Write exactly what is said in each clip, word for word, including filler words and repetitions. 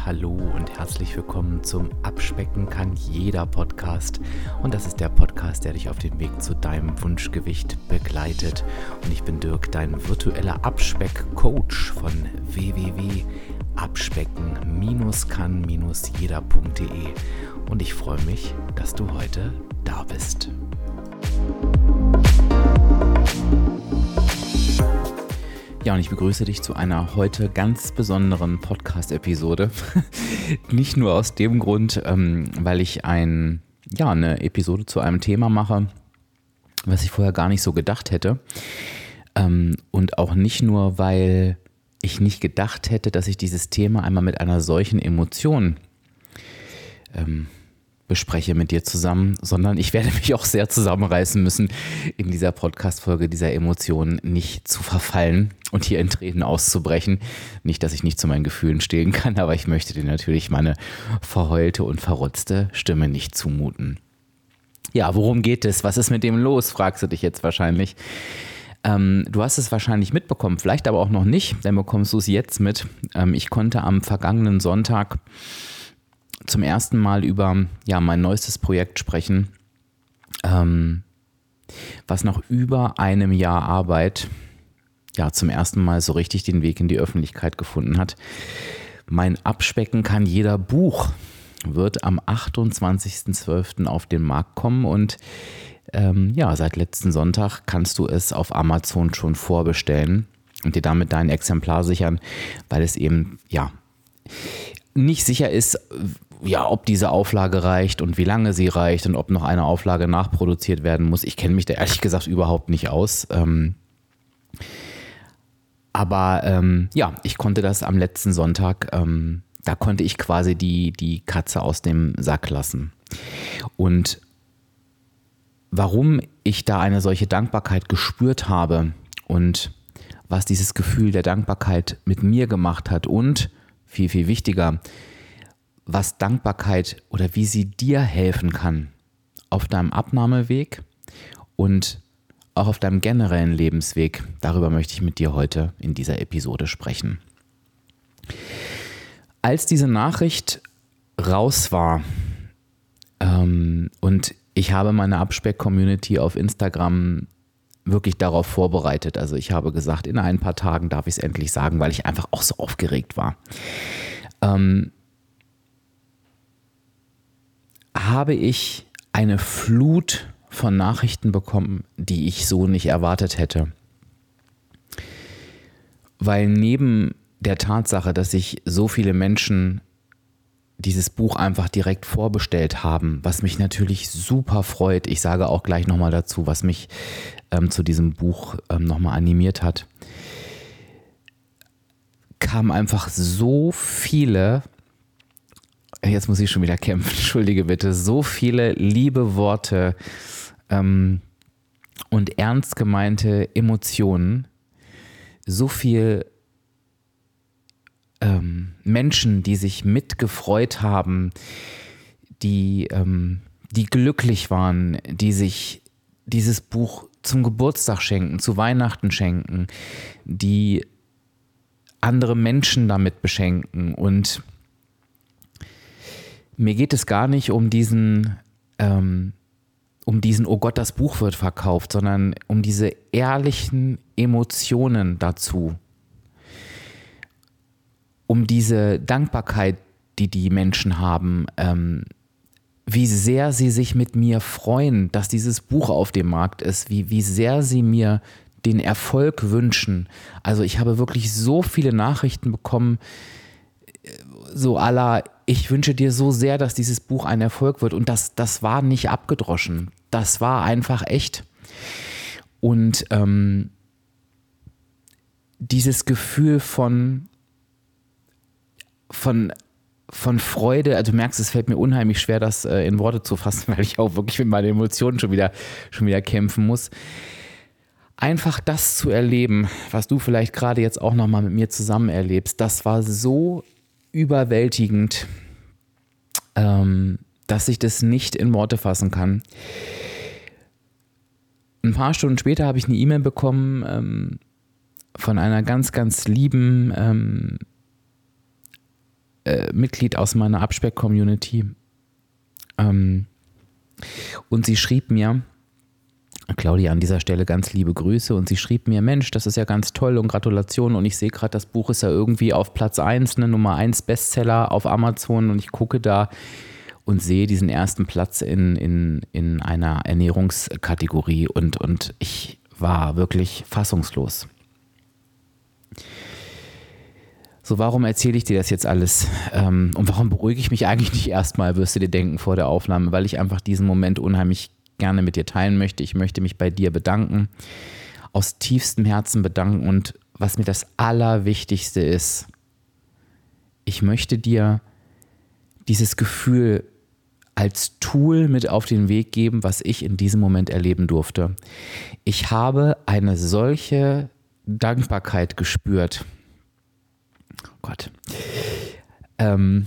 hallo und herzlich willkommen zum Abspecken kann jeder Podcast. Und das ist der Podcast, der dich auf dem Weg zu deinem Wunschgewicht begleitet. Und ich bin Dirk, dein virtueller Abspeck-Coach von w w w punkt abspecken kann jeder punkt de. Und ich freue mich, dass du heute da bist. Ja, und ich begrüße dich zu einer heute ganz besonderen Podcast-Episode. Nicht nur aus dem Grund, ähm, weil ich ein, ja, eine Episode zu einem Thema mache, was ich vorher gar nicht so gedacht hätte. Ähm, und auch nicht nur, weil ich nicht gedacht hätte, dass ich dieses Thema einmal mit einer solchen Emotion ähm, bespreche mit dir zusammen, sondern ich werde mich auch sehr zusammenreißen müssen, in dieser Podcast-Folge dieser Emotionen nicht zu verfallen und hier in Tränen auszubrechen. Nicht, dass ich nicht zu meinen Gefühlen stehen kann, aber ich möchte dir natürlich meine verheulte und verrotzte Stimme nicht zumuten. Ja, worum geht es? Was ist mit dem los, fragst du dich jetzt wahrscheinlich. Ähm, du hast es wahrscheinlich mitbekommen, vielleicht aber auch noch nicht, dann bekommst du es jetzt mit. Ähm, ich konnte am vergangenen Sonntag zum ersten Mal über ja, mein neuestes Projekt sprechen, ähm, was nach über einem Jahr Arbeit ja, zum ersten Mal so richtig den Weg in die Öffentlichkeit gefunden hat. Mein Abspecken kann jeder Buch wird am achtundzwanzigsten zwölften auf den Markt kommen und ähm, ja, seit letzten Sonntag kannst du es auf Amazon schon vorbestellen und dir damit dein Exemplar sichern, weil es eben ja nicht sicher ist, ja, ob diese Auflage reicht und wie lange sie reicht und ob noch eine Auflage nachproduziert werden muss. Ich kenne mich da ehrlich gesagt überhaupt nicht aus. Ähm, aber ähm, ja, ich konnte das am letzten Sonntag, ähm, da konnte ich quasi die, die Katze aus dem Sack lassen. Und warum ich da eine solche Dankbarkeit gespürt habe und was dieses Gefühl der Dankbarkeit mit mir gemacht hat und viel, viel wichtiger, was Dankbarkeit oder wie sie dir helfen kann auf deinem Abnahmeweg und auch auf deinem generellen Lebensweg. Darüber möchte ich mit dir heute in dieser Episode sprechen. Als diese Nachricht raus war ähm, und ich habe meine Abspeck-Community auf Instagram wirklich darauf vorbereitet. Also ich habe gesagt, in ein paar Tagen darf ich es endlich sagen, weil ich einfach auch so aufgeregt war. Ähm, habe ich eine Flut von Nachrichten bekommen, die ich so nicht erwartet hätte. Weil neben der Tatsache, dass sich so viele Menschen dieses Buch einfach direkt vorbestellt haben, was mich natürlich super freut, ich sage auch gleich nochmal dazu, was mich ähm, zu diesem Buch ähm, nochmal animiert hat, kamen einfach so viele, jetzt muss ich schon wieder kämpfen, entschuldige bitte, so viele liebe Worte ähm, und ernst gemeinte Emotionen, so viel ähm, Menschen, die sich mitgefreut haben, die, ähm, die glücklich waren, die sich dieses Buch zum Geburtstag schenken, zu Weihnachten schenken, die andere Menschen damit beschenken. Und mir geht es gar nicht um diesen, ähm, um diesen, oh Gott, das Buch wird verkauft, sondern um diese ehrlichen Emotionen dazu. Um diese Dankbarkeit, die die Menschen haben, ähm, wie sehr sie sich mit mir freuen, dass dieses Buch auf dem Markt ist, wie, wie sehr sie mir den Erfolg wünschen. Also ich habe wirklich so viele Nachrichten bekommen, so à la, ich wünsche dir so sehr, dass dieses Buch ein Erfolg wird. Und das, das war nicht abgedroschen. Das war einfach echt. Und ähm, dieses Gefühl von, von, von Freude, also du merkst, es fällt mir unheimlich schwer, das äh, in Worte zu fassen, weil ich auch wirklich mit meinen Emotionen schon wieder, schon wieder kämpfen muss. Einfach das zu erleben, was du vielleicht gerade jetzt auch nochmal mit mir zusammen erlebst, das war so überwältigend, ähm, dass ich das nicht in Worte fassen kann. Ein paar Stunden später habe ich eine E-Mail bekommen ähm, von einer ganz, ganz lieben ähm, äh, Mitglied aus meiner Abspeck-Community. Ähm, und sie schrieb mir, Claudia, an dieser Stelle ganz liebe Grüße, und sie schrieb mir, Mensch, das ist ja ganz toll und Gratulation, und ich sehe gerade, das Buch ist ja irgendwie auf Platz eins, eine Nummer eins Bestseller auf Amazon, und ich gucke da und sehe diesen ersten Platz in, in, in einer Ernährungskategorie, und, und ich war wirklich fassungslos. So, warum erzähle ich dir das jetzt alles? Ähm, und warum beruhige ich mich eigentlich nicht erstmal, wirst du dir denken, vor der Aufnahme, weil ich einfach diesen Moment unheimlich gerne mit dir teilen möchte. Ich möchte mich bei dir bedanken, aus tiefstem Herzen bedanken, und was mir das Allerwichtigste ist, ich möchte dir dieses Gefühl als Tool mit auf den Weg geben, was ich in diesem Moment erleben durfte. Ich habe eine solche Dankbarkeit gespürt. Oh Gott. Ähm,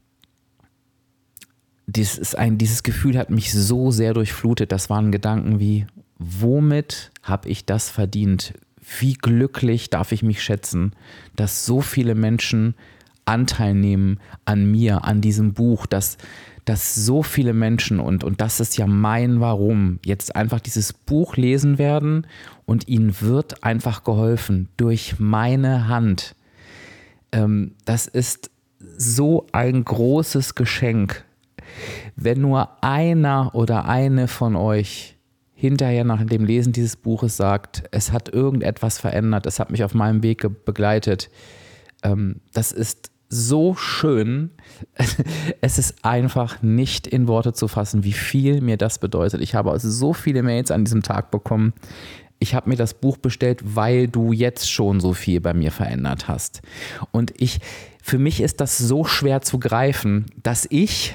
Dies ist ein, dieses Gefühl hat mich so sehr durchflutet. Das waren Gedanken wie, womit habe ich das verdient? Wie glücklich darf ich mich schätzen, dass so viele Menschen Anteil nehmen an mir, an diesem Buch, dass, dass so viele Menschen, und, und das ist ja mein Warum, jetzt einfach dieses Buch lesen werden, und ihnen wird einfach geholfen durch meine Hand. Ähm, das ist so ein großes Geschenk. Wenn nur einer oder eine von euch hinterher nach dem Lesen dieses Buches sagt, es hat irgendetwas verändert, es hat mich auf meinem Weg begleitet, ähm, das ist so schön. Es ist einfach nicht in Worte zu fassen, wie viel mir das bedeutet. Ich habe also so viele Mails an diesem Tag bekommen. Ich habe mir das Buch bestellt, weil du jetzt schon so viel bei mir verändert hast. Und ich, für mich ist das so schwer zu greifen, dass ich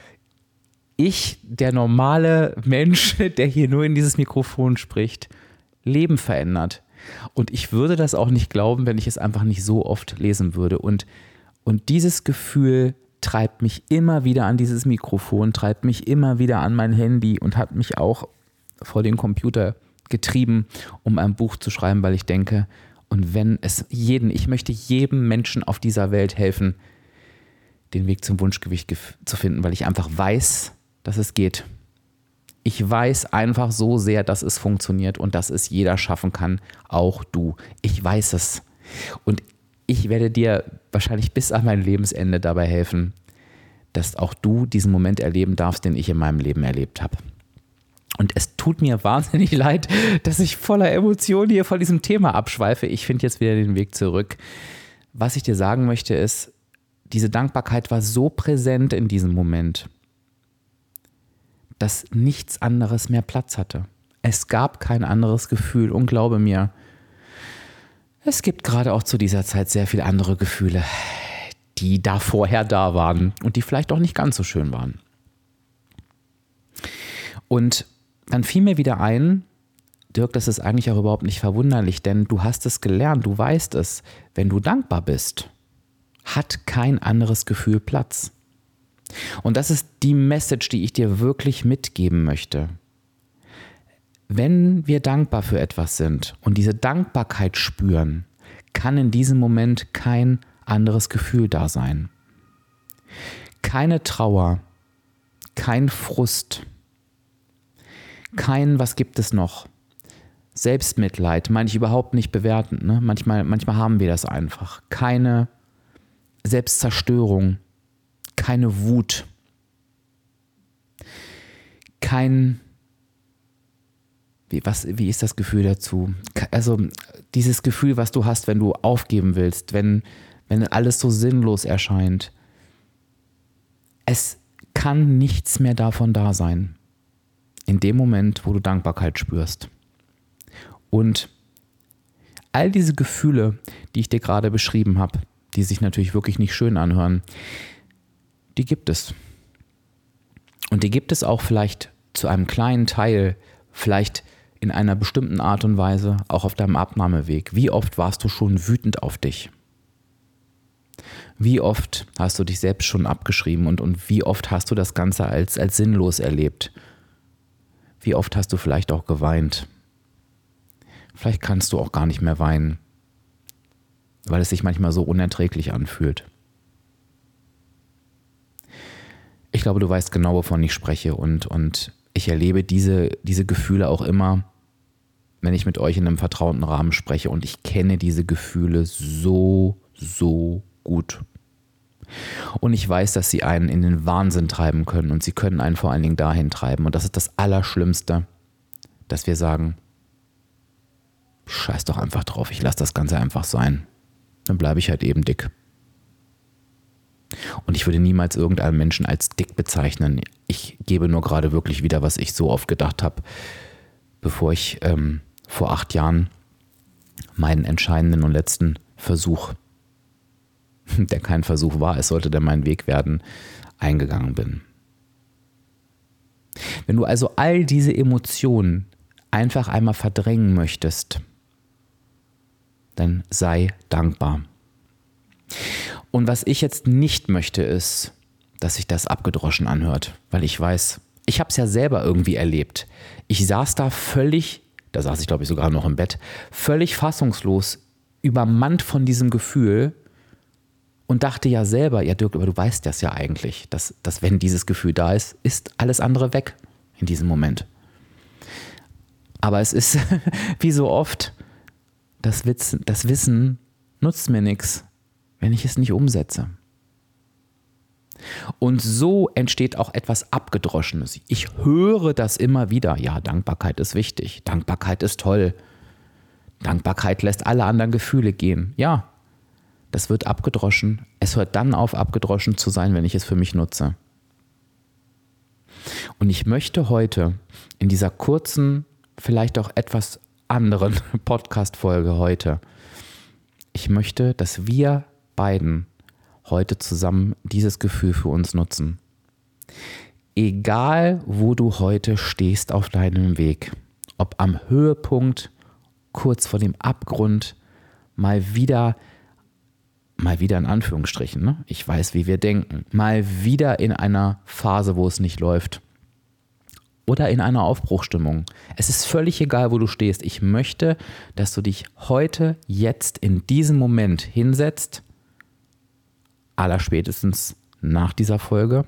Ich, der normale Mensch, der hier nur in dieses Mikrofon spricht, Leben verändert. Und ich würde das auch nicht glauben, wenn ich es einfach nicht so oft lesen würde. Und, und dieses Gefühl treibt mich immer wieder an dieses Mikrofon, treibt mich immer wieder an mein Handy und hat mich auch vor den Computer getrieben, um ein Buch zu schreiben, weil ich denke, und wenn es jeden, ich möchte jedem Menschen auf dieser Welt helfen, den Weg zum Wunschgewicht gef- zu finden, weil ich einfach weiß, dass es geht. Ich weiß einfach so sehr, dass es funktioniert und dass es jeder schaffen kann, auch du. Ich weiß es. Und ich werde dir wahrscheinlich bis an mein Lebensende dabei helfen, dass auch du diesen Moment erleben darfst, den ich in meinem Leben erlebt habe. Und es tut mir wahnsinnig leid, dass ich voller Emotionen hier von diesem Thema abschweife. Ich finde jetzt wieder den Weg zurück. Was ich dir sagen möchte ist, diese Dankbarkeit war so präsent in diesem Moment, dass nichts anderes mehr Platz hatte. Es gab kein anderes Gefühl, und glaube mir, es gibt gerade auch zu dieser Zeit sehr viele andere Gefühle, die da vorher da waren und die vielleicht auch nicht ganz so schön waren. Und dann fiel mir wieder ein, Dirk, das ist eigentlich auch überhaupt nicht verwunderlich, denn du hast es gelernt, du weißt es, wenn du dankbar bist, hat kein anderes Gefühl Platz. Und das ist die Message, die ich dir wirklich mitgeben möchte. Wenn wir dankbar für etwas sind und diese Dankbarkeit spüren, kann in diesem Moment kein anderes Gefühl da sein. Keine Trauer, kein Frust, kein, was gibt es noch? Selbstmitleid, meine ich überhaupt nicht bewertend. Ne? Manchmal, manchmal haben wir das einfach. Keine Selbstzerstörung, keine Wut, kein, wie, was, wie ist das Gefühl dazu? Also dieses Gefühl, was du hast, wenn du aufgeben willst, wenn, wenn alles so sinnlos erscheint. Es kann nichts mehr davon da sein. In dem Moment, wo du Dankbarkeit spürst. Und all diese Gefühle, die ich dir gerade beschrieben habe, die sich natürlich wirklich nicht schön anhören, die gibt es. Und die gibt es auch vielleicht zu einem kleinen Teil, vielleicht in einer bestimmten Art und Weise, auch auf deinem Abnahmeweg. Wie oft warst du schon wütend auf dich? Wie oft hast du dich selbst schon abgeschrieben und, und wie oft hast du das Ganze als, als sinnlos erlebt? Wie oft hast du vielleicht auch geweint? Vielleicht kannst du auch gar nicht mehr weinen, weil es sich manchmal so unerträglich anfühlt. Ich glaube, du weißt genau, wovon ich spreche und, und ich erlebe diese, diese Gefühle auch immer, wenn ich mit euch in einem vertrauten Rahmen spreche und ich kenne diese Gefühle so, so gut. Und ich weiß, dass sie einen in den Wahnsinn treiben können und sie können einen vor allen Dingen dahin treiben. Und das ist das Allerschlimmste, dass wir sagen, scheiß doch einfach drauf, ich lasse das Ganze einfach sein. Dann bleibe ich halt eben dick. Und ich würde niemals irgendeinen Menschen als dick bezeichnen. Ich gebe nur gerade wirklich wieder, was ich so oft gedacht habe, bevor ich ähm, vor acht Jahren meinen entscheidenden und letzten Versuch, der kein Versuch war, es sollte dann mein Weg werden, eingegangen bin. Wenn du also all diese Emotionen einfach einmal verdrängen möchtest, dann sei dankbar. Und was ich jetzt nicht möchte, ist, dass sich das abgedroschen anhört, weil ich weiß, ich habe es ja selber irgendwie erlebt. Ich saß da völlig, da saß ich glaube ich sogar noch im Bett, völlig fassungslos, übermannt von diesem Gefühl und dachte ja selber, ja Dirk, aber du weißt das ja eigentlich, dass, dass wenn dieses Gefühl da ist, ist alles andere weg in diesem Moment. Aber es ist wie so oft, das Wissen, das Wissen nutzt mir nichts, wenn ich es nicht umsetze. Und so entsteht auch etwas Abgedroschenes. Ich höre das immer wieder. Ja, Dankbarkeit ist wichtig. Dankbarkeit ist toll. Dankbarkeit lässt alle anderen Gefühle gehen. Ja, das wird abgedroschen. Es hört dann auf, abgedroschen zu sein, wenn ich es für mich nutze. Und ich möchte heute in dieser kurzen, vielleicht auch etwas anderen Podcast-Folge heute, ich möchte, dass wir beiden heute zusammen dieses Gefühl für uns nutzen. Egal, wo du heute stehst auf deinem Weg, ob am Höhepunkt, kurz vor dem Abgrund, mal wieder, mal wieder in Anführungsstrichen, ne? Ich weiß, wie wir denken, mal wieder in einer Phase, wo es nicht läuft oder in einer Aufbruchstimmung. Es ist völlig egal, wo du stehst. Ich möchte, dass du dich heute, jetzt, in diesem Moment hinsetzt, allerspätestens nach dieser Folge,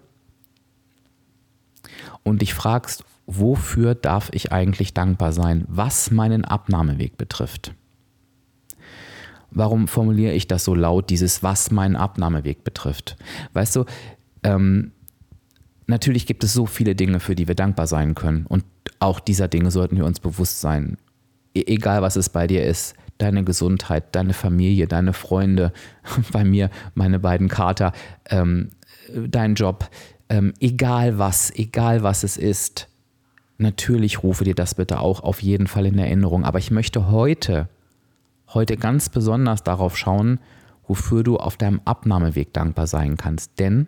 und dich fragst, wofür darf ich eigentlich dankbar sein, was meinen Abnahmeweg betrifft. Warum formuliere ich das so laut, dieses was meinen Abnahmeweg betrifft? Weißt du, ähm, natürlich gibt es so viele Dinge, für die wir dankbar sein können, und auch dieser Dinge sollten wir uns bewusst sein. E- egal was es bei dir ist, deine Gesundheit, deine Familie, deine Freunde, bei mir meine beiden Kater, ähm, dein Job, ähm, egal was, egal was es ist, natürlich rufe dir das bitte auch auf jeden Fall in Erinnerung. Aber ich möchte heute, heute ganz besonders darauf schauen, wofür du auf deinem Abnahmeweg dankbar sein kannst. Denn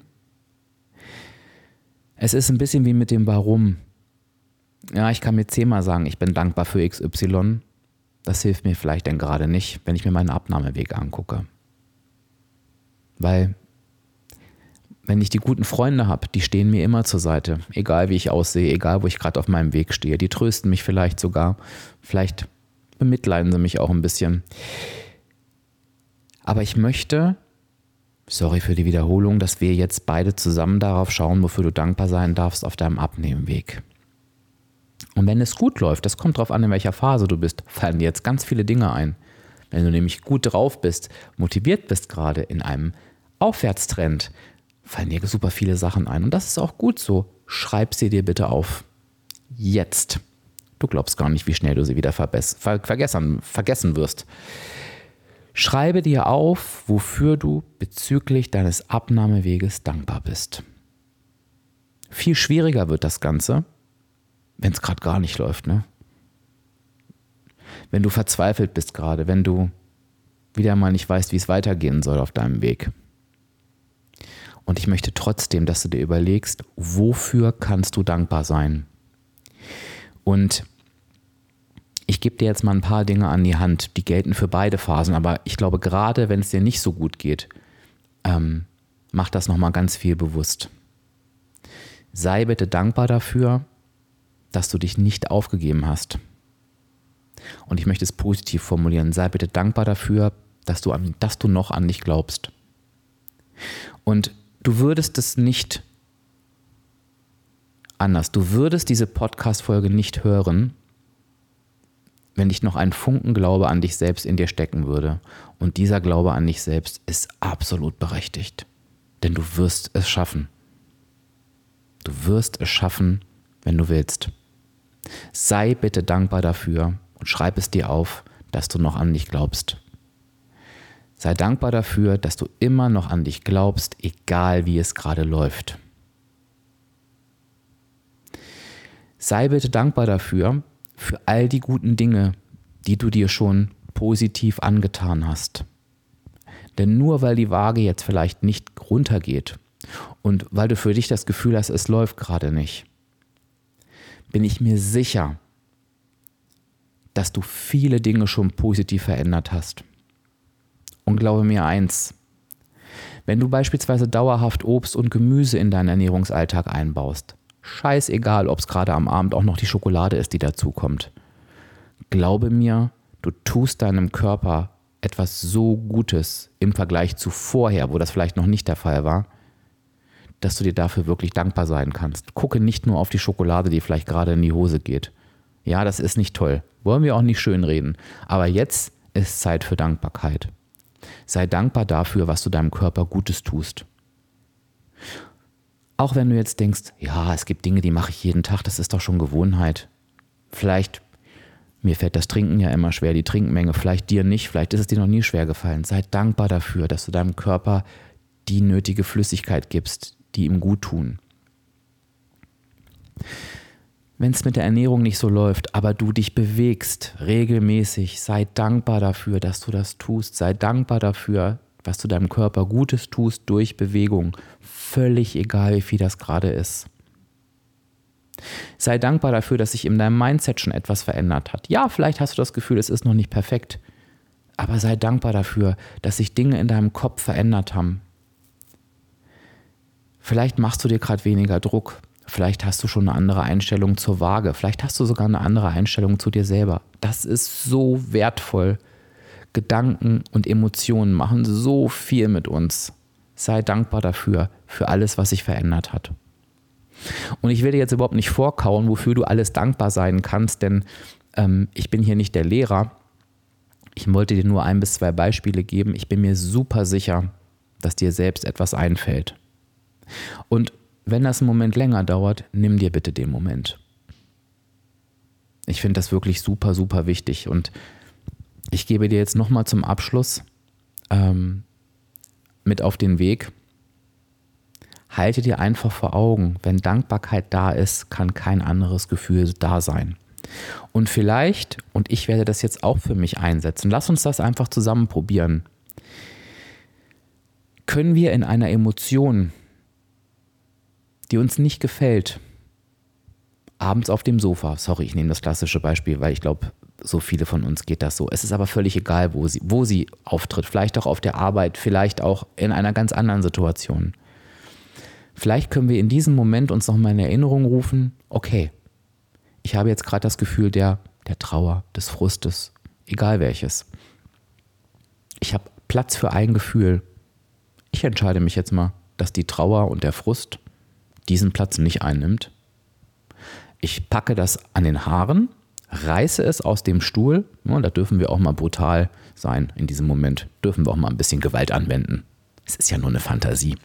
es ist ein bisschen wie mit dem Warum. Ja, ich kann mir zehnmal sagen, ich bin dankbar für X Y. Das hilft mir vielleicht dann gerade nicht, wenn ich mir meinen Abnahmeweg angucke. Weil, wenn ich die guten Freunde habe, die stehen mir immer zur Seite, egal wie ich aussehe, egal wo ich gerade auf meinem Weg stehe. Die trösten mich vielleicht sogar, vielleicht bemitleiden sie mich auch ein bisschen. Aber ich möchte, sorry für die Wiederholung, dass wir jetzt beide zusammen darauf schauen, wofür du dankbar sein darfst auf deinem Abnehmweg. Und wenn es gut läuft, das kommt darauf an, in welcher Phase du bist, fallen dir jetzt ganz viele Dinge ein. Wenn du nämlich gut drauf bist, motiviert bist gerade in einem Aufwärtstrend, fallen dir super viele Sachen ein. Und das ist auch gut so. Schreib sie dir bitte auf. Jetzt. Du glaubst gar nicht, wie schnell du sie wieder verbess- ver- vergessen, vergessen wirst. Schreibe dir auf, wofür du bezüglich deines Abnahmeweges dankbar bist. Viel schwieriger wird das Ganze, wenn es gerade gar nicht läuft, ne? Wenn du verzweifelt bist gerade, wenn du wieder mal nicht weißt, wie es weitergehen soll auf deinem Weg. Und ich möchte trotzdem, dass du dir überlegst, wofür kannst du dankbar sein? Und ich gebe dir jetzt mal ein paar Dinge an die Hand, die gelten für beide Phasen, aber ich glaube, gerade wenn es dir nicht so gut geht, ähm, mach das nochmal ganz viel bewusst. Sei bitte dankbar dafür, dass du dich nicht aufgegeben hast. Und ich möchte es positiv formulieren. Sei bitte dankbar dafür, dass du, an, dass du noch an dich glaubst. Und du würdest es nicht anders. Du würdest diese Podcast-Folge nicht hören, wenn dich noch ein Funken Glaube an dich selbst in dir stecken würde. Und dieser Glaube an dich selbst ist absolut berechtigt. Denn du wirst es schaffen. Du wirst es schaffen, wenn du willst. Sei bitte dankbar dafür und schreib es dir auf, dass du noch an dich glaubst. Sei dankbar dafür, dass du immer noch an dich glaubst, egal wie es gerade läuft. Sei bitte dankbar dafür, für all die guten Dinge, die du dir schon positiv angetan hast. Denn nur weil die Waage jetzt vielleicht nicht runtergeht und weil du für dich das Gefühl hast, es läuft gerade nicht, bin ich mir sicher, dass du viele Dinge schon positiv verändert hast. Und glaube mir eins, wenn du beispielsweise dauerhaft Obst und Gemüse in deinen Ernährungsalltag einbaust, scheißegal, ob es gerade am Abend auch noch die Schokolade ist, die dazukommt, glaube mir, du tust deinem Körper etwas so Gutes im Vergleich zu vorher, wo das vielleicht noch nicht der Fall war, dass du dir dafür wirklich dankbar sein kannst. Gucke nicht nur auf die Schokolade, die vielleicht gerade in die Hose geht. Ja, das ist nicht toll. Wollen wir auch nicht schönreden. Aber jetzt ist Zeit für Dankbarkeit. Sei dankbar dafür, was du deinem Körper Gutes tust. Auch wenn du jetzt denkst, ja, es gibt Dinge, die mache ich jeden Tag, das ist doch schon Gewohnheit. Vielleicht, mir fällt das Trinken ja immer schwer, die Trinkmenge, vielleicht dir nicht, vielleicht ist es dir noch nie schwer gefallen. Sei dankbar dafür, dass du deinem Körper die nötige Flüssigkeit gibst, die ihm gut tun. Wenn es mit der Ernährung nicht so läuft, aber du dich bewegst regelmäßig, sei dankbar dafür, dass du das tust. Sei dankbar dafür, was du deinem Körper Gutes tust durch Bewegung. Völlig egal, wie viel das gerade ist. Sei dankbar dafür, dass sich in deinem Mindset schon etwas verändert hat. Ja, vielleicht hast du das Gefühl, es ist noch nicht perfekt. Aber sei dankbar dafür, dass sich Dinge in deinem Kopf verändert haben. Vielleicht machst du dir gerade weniger Druck. Vielleicht hast du schon eine andere Einstellung zur Waage. Vielleicht hast du sogar eine andere Einstellung zu dir selber. Das ist so wertvoll. Gedanken und Emotionen machen so viel mit uns. Sei dankbar dafür, für alles, was sich verändert hat. Und ich will dir jetzt überhaupt nicht vorkauen, wofür du alles dankbar sein kannst, denn ähm, ich bin hier nicht der Lehrer. Ich wollte dir nur ein bis zwei Beispiele geben. Ich bin mir super sicher, dass dir selbst etwas einfällt. Und wenn das einen Moment länger dauert, nimm dir bitte den Moment. Ich finde das wirklich super, super wichtig. Und ich gebe dir jetzt nochmal zum Abschluss ähm, mit auf den Weg. Halte dir einfach vor Augen, wenn Dankbarkeit da ist, kann kein anderes Gefühl da sein. Und vielleicht, und ich werde das jetzt auch für mich einsetzen, lass uns das einfach zusammen probieren. Können wir in einer Emotion, die uns nicht gefällt, abends auf dem Sofa, sorry, ich nehme das klassische Beispiel, weil ich glaube, so viele von uns geht das so. Es ist aber völlig egal, wo sie, wo sie auftritt. Vielleicht auch auf der Arbeit, vielleicht auch in einer ganz anderen Situation. Vielleicht können wir in diesem Moment uns nochmal in Erinnerung rufen, okay, ich habe jetzt gerade das Gefühl der, der Trauer, des Frustes, egal welches. Ich habe Platz für ein Gefühl. Ich entscheide mich jetzt mal, dass die Trauer und der Frust diesen Platz nicht einnimmt. Ich packe das an den Haaren, reiße es aus dem Stuhl. Ja, da dürfen wir auch mal brutal sein in diesem Moment. Dürfen wir auch mal ein bisschen Gewalt anwenden. Es ist ja nur eine Fantasie.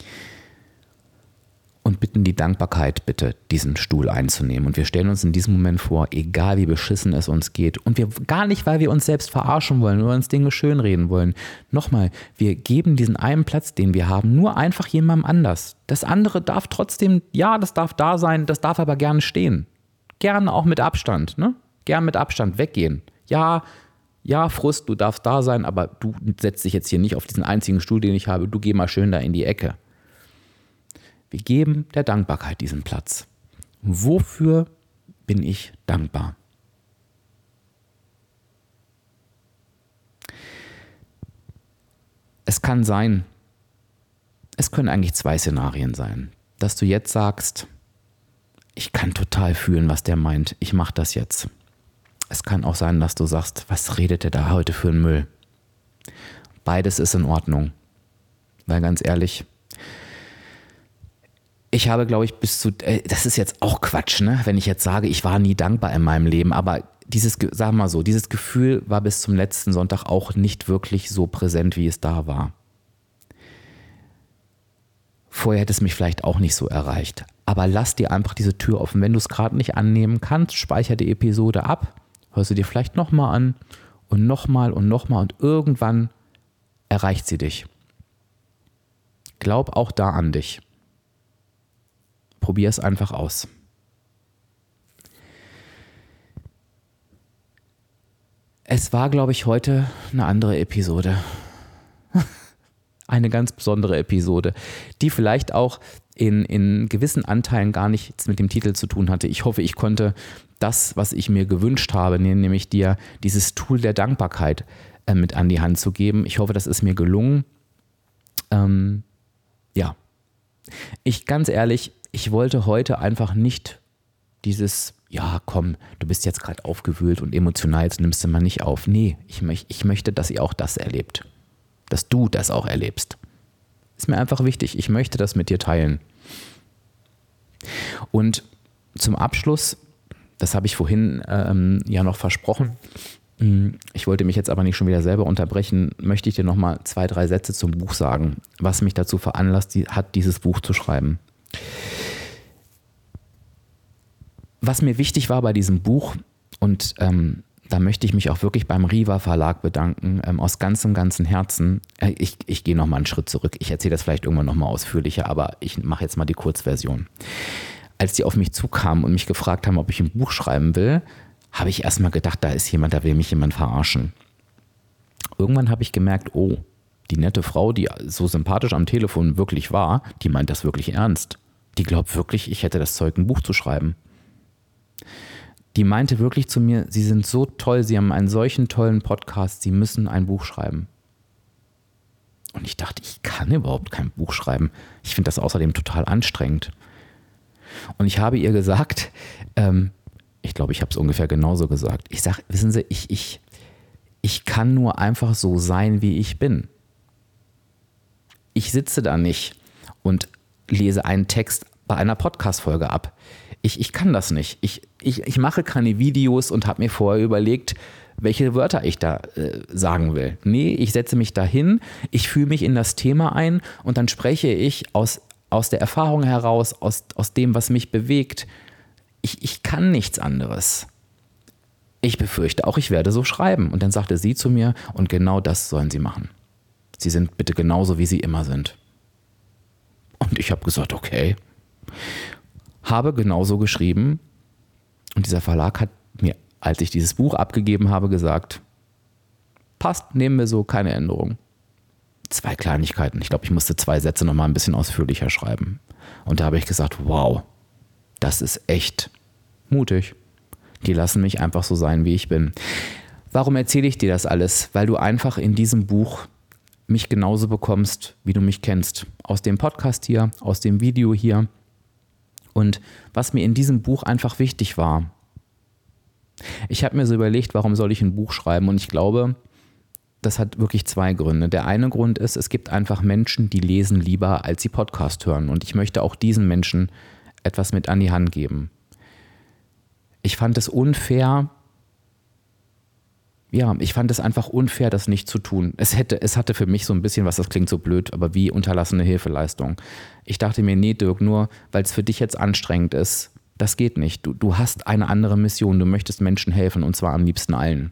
Und bitten die Dankbarkeit bitte, diesen Stuhl einzunehmen. Und wir stellen uns in diesem Moment vor, egal wie beschissen es uns geht. Und wir gar nicht, weil wir uns selbst verarschen wollen oder uns Dinge schönreden wollen. Nochmal, wir geben diesen einen Platz, den wir haben, nur einfach jemandem anders. Das andere darf trotzdem, ja, das darf da sein, das darf aber gerne stehen. Gerne auch mit Abstand, ne? Gern mit Abstand weggehen. Ja, ja, Frust, du darfst da sein, aber du setzt dich jetzt hier nicht auf diesen einzigen Stuhl, den ich habe. Du geh mal schön da in die Ecke. Wir geben der Dankbarkeit diesen Platz. Wofür bin ich dankbar? Es kann sein, es können eigentlich zwei Szenarien sein, dass du jetzt sagst, ich kann total fühlen, was der meint, ich mache das jetzt. Es kann auch sein, dass du sagst, was redet der da heute für einen Müll? Beides ist in Ordnung, weil ganz ehrlich, Ich habe, glaube ich, bis zu, äh, das ist jetzt auch Quatsch, ne? Wenn ich jetzt sage, ich war nie dankbar in meinem Leben, aber dieses, sagen wir mal so, dieses Gefühl war bis zum letzten Sonntag auch nicht wirklich so präsent, wie es da war. Vorher hätte es mich vielleicht auch nicht so erreicht. Aber lass dir einfach diese Tür offen. Wenn du es gerade nicht annehmen kannst, speicher die Episode ab, hörst du dir vielleicht nochmal an und nochmal und nochmal und irgendwann erreicht sie dich. Glaub auch da an dich. Probier es einfach aus. Es war, glaube ich, heute eine andere Episode. Eine ganz besondere Episode, die vielleicht auch in, in gewissen Anteilen gar nichts mit dem Titel zu tun hatte. Ich hoffe, ich konnte das, was ich mir gewünscht habe, nämlich dir dieses Tool der Dankbarkeit äh, mit an die Hand zu geben. Ich hoffe, das ist mir gelungen. Ähm, ja, ich ganz ehrlich, ich wollte heute einfach nicht dieses, ja komm, du bist jetzt gerade aufgewühlt und emotional, jetzt nimmst du mal nicht auf. Nee, ich, ich möchte, dass ihr auch das erlebt. Dass du das auch erlebst. Ist mir einfach wichtig. Ich möchte das mit dir teilen. Und zum Abschluss, das habe ich vorhin ähm, ja noch versprochen, ich wollte mich jetzt aber nicht schon wieder selber unterbrechen, möchte ich dir noch mal zwei, drei Sätze zum Buch sagen, was mich dazu veranlasst die, hat, dieses Buch zu schreiben. Was mir wichtig war bei diesem Buch, und ähm, da möchte ich mich auch wirklich beim Riva Verlag bedanken, ähm, aus ganzem, ganzem Herzen. Äh, ich ich gehe noch mal einen Schritt zurück. Ich erzähle das vielleicht irgendwann noch mal ausführlicher, aber ich mache jetzt mal die Kurzversion. Als die auf mich zukamen und mich gefragt haben, ob ich ein Buch schreiben will, habe ich erst mal gedacht, da ist jemand, da will mich jemand verarschen. Irgendwann habe ich gemerkt, oh, die nette Frau, die so sympathisch am Telefon wirklich war, die meint das wirklich ernst. Die glaubt wirklich, ich hätte das Zeug, ein Buch zu schreiben. Die meinte wirklich zu mir, Sie sind so toll, Sie haben einen solchen tollen Podcast, Sie müssen ein Buch schreiben. Und ich dachte, ich kann überhaupt kein Buch schreiben. Ich finde das außerdem total anstrengend. Und ich habe ihr gesagt, ähm, ich glaube, ich habe es ungefähr genauso gesagt. Ich sage, wissen Sie, ich, ich, ich kann nur einfach so sein, wie ich bin. Ich sitze da nicht und lese einen Text bei einer Podcast-Folge ab. Ich, ich kann das nicht. Ich, ich, ich mache keine Videos und habe mir vorher überlegt, welche Wörter ich da äh, sagen will. Nee, ich setze mich da hin, ich fühle mich in das Thema ein und dann spreche ich aus, aus der Erfahrung heraus, aus, aus dem, was mich bewegt. Ich, ich kann nichts anderes. Ich befürchte auch, ich werde so schreiben. Und dann sagte sie zu mir, und genau das sollen Sie machen. Sie sind bitte genauso, wie Sie immer sind. Und ich habe gesagt, okay. Habe genauso geschrieben und dieser Verlag hat mir, als ich dieses Buch abgegeben habe, gesagt, passt, nehmen wir so, keine Änderung. Zwei Kleinigkeiten. Ich glaube, ich musste zwei Sätze noch mal ein bisschen ausführlicher schreiben. Und da habe ich gesagt, wow, das ist echt mutig. Die lassen mich einfach so sein, wie ich bin. Warum erzähle ich dir das alles? Weil du einfach in diesem Buch mich genauso bekommst, wie du mich kennst. Aus dem Podcast hier, aus dem Video hier. Und was mir in diesem Buch einfach wichtig war, ich habe mir so überlegt, warum soll ich ein Buch schreiben? Und ich glaube, das hat wirklich zwei Gründe. Der eine Grund ist, es gibt einfach Menschen, die lesen lieber, als sie Podcast hören. Und ich möchte auch diesen Menschen etwas mit an die Hand geben. Ich fand es unfair, ja, ich fand es einfach unfair, das nicht zu tun. Es hätte, es hatte für mich so ein bisschen was, das klingt so blöd, aber wie unterlassene Hilfeleistung. Ich dachte mir, nee, Dirk, nur weil es für dich jetzt anstrengend ist, das geht nicht. Du, du hast eine andere Mission, du möchtest Menschen helfen und zwar am liebsten allen.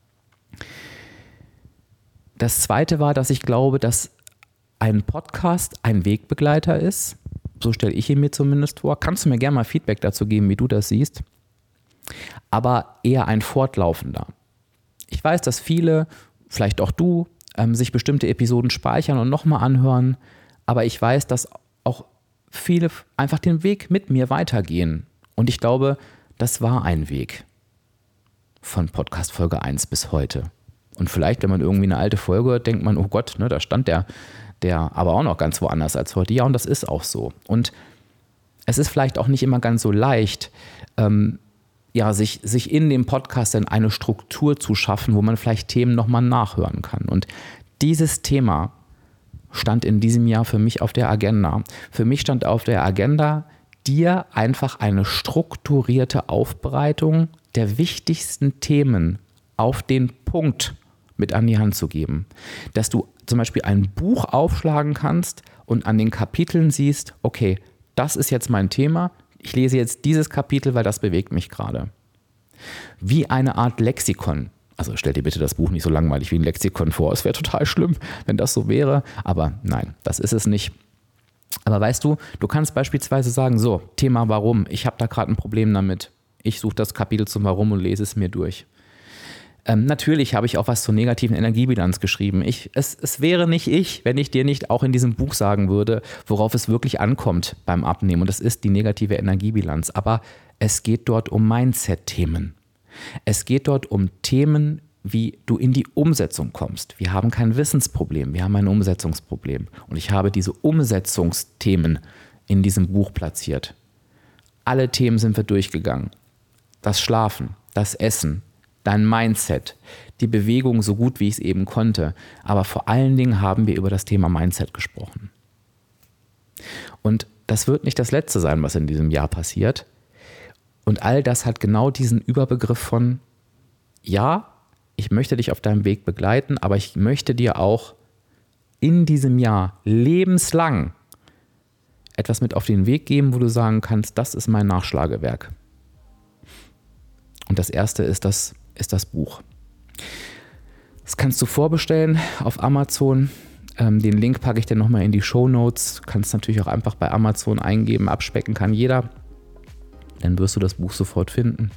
Das Zweite war, dass ich glaube, dass ein Podcast ein Wegbegleiter ist. So stelle ich ihn mir zumindest vor. Kannst du mir gerne mal Feedback dazu geben, wie du das siehst? Aber eher ein fortlaufender. Ich weiß, dass viele, vielleicht auch du, ähm, sich bestimmte Episoden speichern und nochmal anhören, aber ich weiß, dass auch viele einfach den Weg mit mir weitergehen. Und ich glaube, das war ein Weg von Podcast Folge eins bis heute. Und vielleicht, wenn man irgendwie eine alte Folge hört, denkt man, oh Gott, ne, da stand der, der aber auch noch ganz woanders als heute. Ja, und das ist auch so. Und es ist vielleicht auch nicht immer ganz so leicht, ähm, ja, sich, sich in dem Podcast dann eine Struktur zu schaffen, wo man vielleicht Themen nochmal nachhören kann. Und dieses Thema stand in diesem Jahr für mich auf der Agenda? Für mich stand auf der Agenda, dir einfach eine strukturierte Aufbereitung der wichtigsten Themen auf den Punkt mit an die Hand zu geben. Dass du zum Beispiel ein Buch aufschlagen kannst und an den Kapiteln siehst, okay, das ist jetzt mein Thema, ich lese jetzt dieses Kapitel, weil das bewegt mich gerade. Wie eine Art Lexikon. Also stell dir bitte das Buch nicht so langweilig wie ein Lexikon vor. Es wäre total schlimm, wenn das so wäre. Aber nein, das ist es nicht. Aber weißt du, du kannst beispielsweise sagen, so, Thema Warum, ich habe da gerade ein Problem damit. Ich suche das Kapitel zum Warum und lese es mir durch. Ähm, natürlich habe ich auch was zur negativen Energiebilanz geschrieben. Ich, es, es wäre nicht ich, wenn ich dir nicht auch in diesem Buch sagen würde, worauf es wirklich ankommt beim Abnehmen. Und das ist die negative Energiebilanz. Aber es geht dort um Mindset-Themen. Es geht dort um Themen, wie du in die Umsetzung kommst. Wir haben kein Wissensproblem, wir haben ein Umsetzungsproblem. Und ich habe diese Umsetzungsthemen in diesem Buch platziert. Alle Themen sind wir durchgegangen. Das Schlafen, das Essen, dein Mindset, die Bewegung so gut wie ich es eben konnte. Aber vor allen Dingen haben wir über das Thema Mindset gesprochen. Und das wird nicht das Letzte sein, was in diesem Jahr passiert. Und all das hat genau diesen Überbegriff von, ja, ich möchte dich auf deinem Weg begleiten, aber ich möchte dir auch in diesem Jahr lebenslang etwas mit auf den Weg geben, wo du sagen kannst, das ist mein Nachschlagewerk. Und das erste ist das, ist das Buch. Das kannst du vorbestellen auf Amazon. Ähm, den Link packe ich dir nochmal in die Shownotes. Kannst natürlich auch einfach bei Amazon eingeben, abspecken kann jeder. Dann wirst du das Buch sofort finden.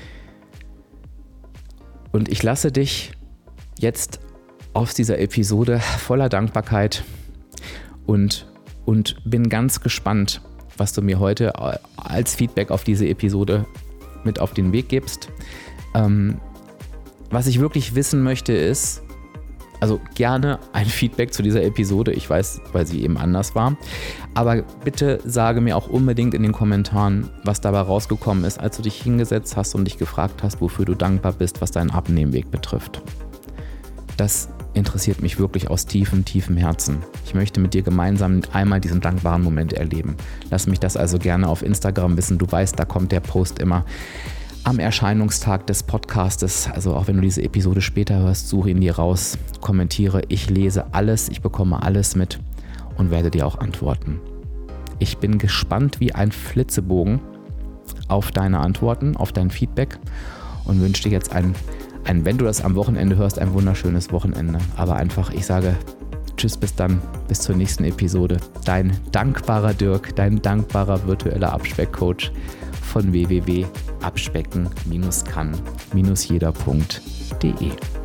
Und ich lasse dich jetzt aus dieser Episode voller Dankbarkeit und, und bin ganz gespannt, was du mir heute als Feedback auf diese Episode mit auf den Weg gibst. Ähm, was ich wirklich wissen möchte ist, also gerne ein Feedback zu dieser Episode. Ich weiß, weil sie eben anders war. Aber bitte sage mir auch unbedingt in den Kommentaren, was dabei rausgekommen ist, als du dich hingesetzt hast und dich gefragt hast, wofür du dankbar bist, was deinen Abnehmweg betrifft. Das interessiert mich wirklich aus tiefem, tiefem Herzen. Ich möchte mit dir gemeinsam einmal diesen dankbaren Moment erleben. Lass mich das also gerne auf Instagram wissen. Du weißt, da kommt der Post immer am Erscheinungstag des Podcastes. Also auch wenn du diese Episode später hörst, suche ihn dir raus, kommentiere. Ich lese alles, ich bekomme alles mit und werde dir auch antworten. Ich bin gespannt wie ein Flitzebogen auf deine Antworten, auf dein Feedback und wünsche dir jetzt ein, ein, wenn du das am Wochenende hörst, ein wunderschönes Wochenende. Aber einfach, ich sage tschüss, bis dann, bis zur nächsten Episode. Dein dankbarer Dirk, dein dankbarer virtueller Abspeckcoach von w w w punkt abspecken kann jeder punkt de.